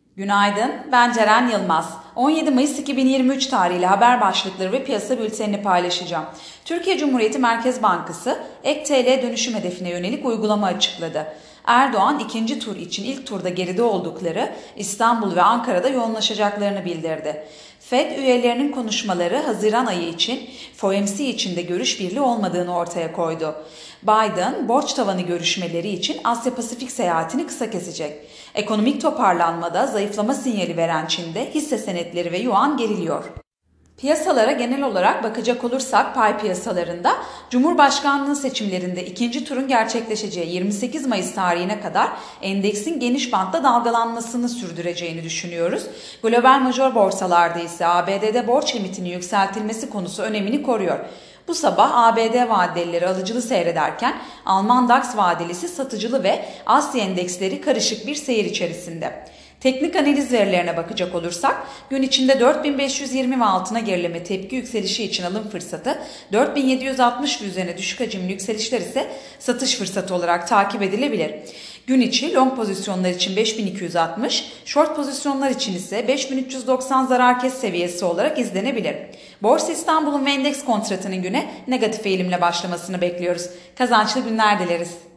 Günaydın, ben Ceren Yılmaz. 17 Mayıs 2023 tarihli haber başlıkları ve piyasa bültenini paylaşacağım. Türkiye Cumhuriyeti Merkez Bankası ek TL dönüşüm hedefine yönelik uygulama açıkladı. Erdoğan ikinci tur için ilk turda geride oldukları İstanbul ve Ankara'da yoğunlaşacaklarını bildirdi. Fed üyelerinin konuşmaları Haziran ayı için FOMC içinde görüş birliği olmadığını ortaya koydu. Biden borç tavanı görüşmeleri için Asya Pasifik seyahatini kısa kesecek. Ekonomik toparlanmada zayıflama sinyali veren Çin'de hisse senetleri ve yuan geriliyor. Piyasalara genel olarak bakacak olursak pay piyasalarında Cumhurbaşkanlığı seçimlerinde ikinci turun gerçekleşeceği 28 Mayıs tarihine kadar endeksin geniş bantta dalgalanmasını sürdüreceğini düşünüyoruz. Global major borsalarda ise ABD'de borç limitinin yükseltilmesi konusu önemini koruyor. Bu sabah ABD vadelileri alıcılı seyrederken Alman DAX vadelisi satıcılı ve Asya endeksleri karışık bir seyir içerisinde. Teknik analiz verilerine bakacak olursak gün içinde 4520 ve altına gerileme tepki yükselişi için alım fırsatı, 4760 ve üzerine düşük hacimli yükselişler ise satış fırsatı olarak takip edilebilir. Gün içi long pozisyonlar için 5260, short pozisyonlar için ise 5390 zarar kes seviyesi olarak izlenebilir. Borsa İstanbul'un ve endeks kontratının güne negatif eğilimle başlamasını bekliyoruz. Kazançlı günler dileriz.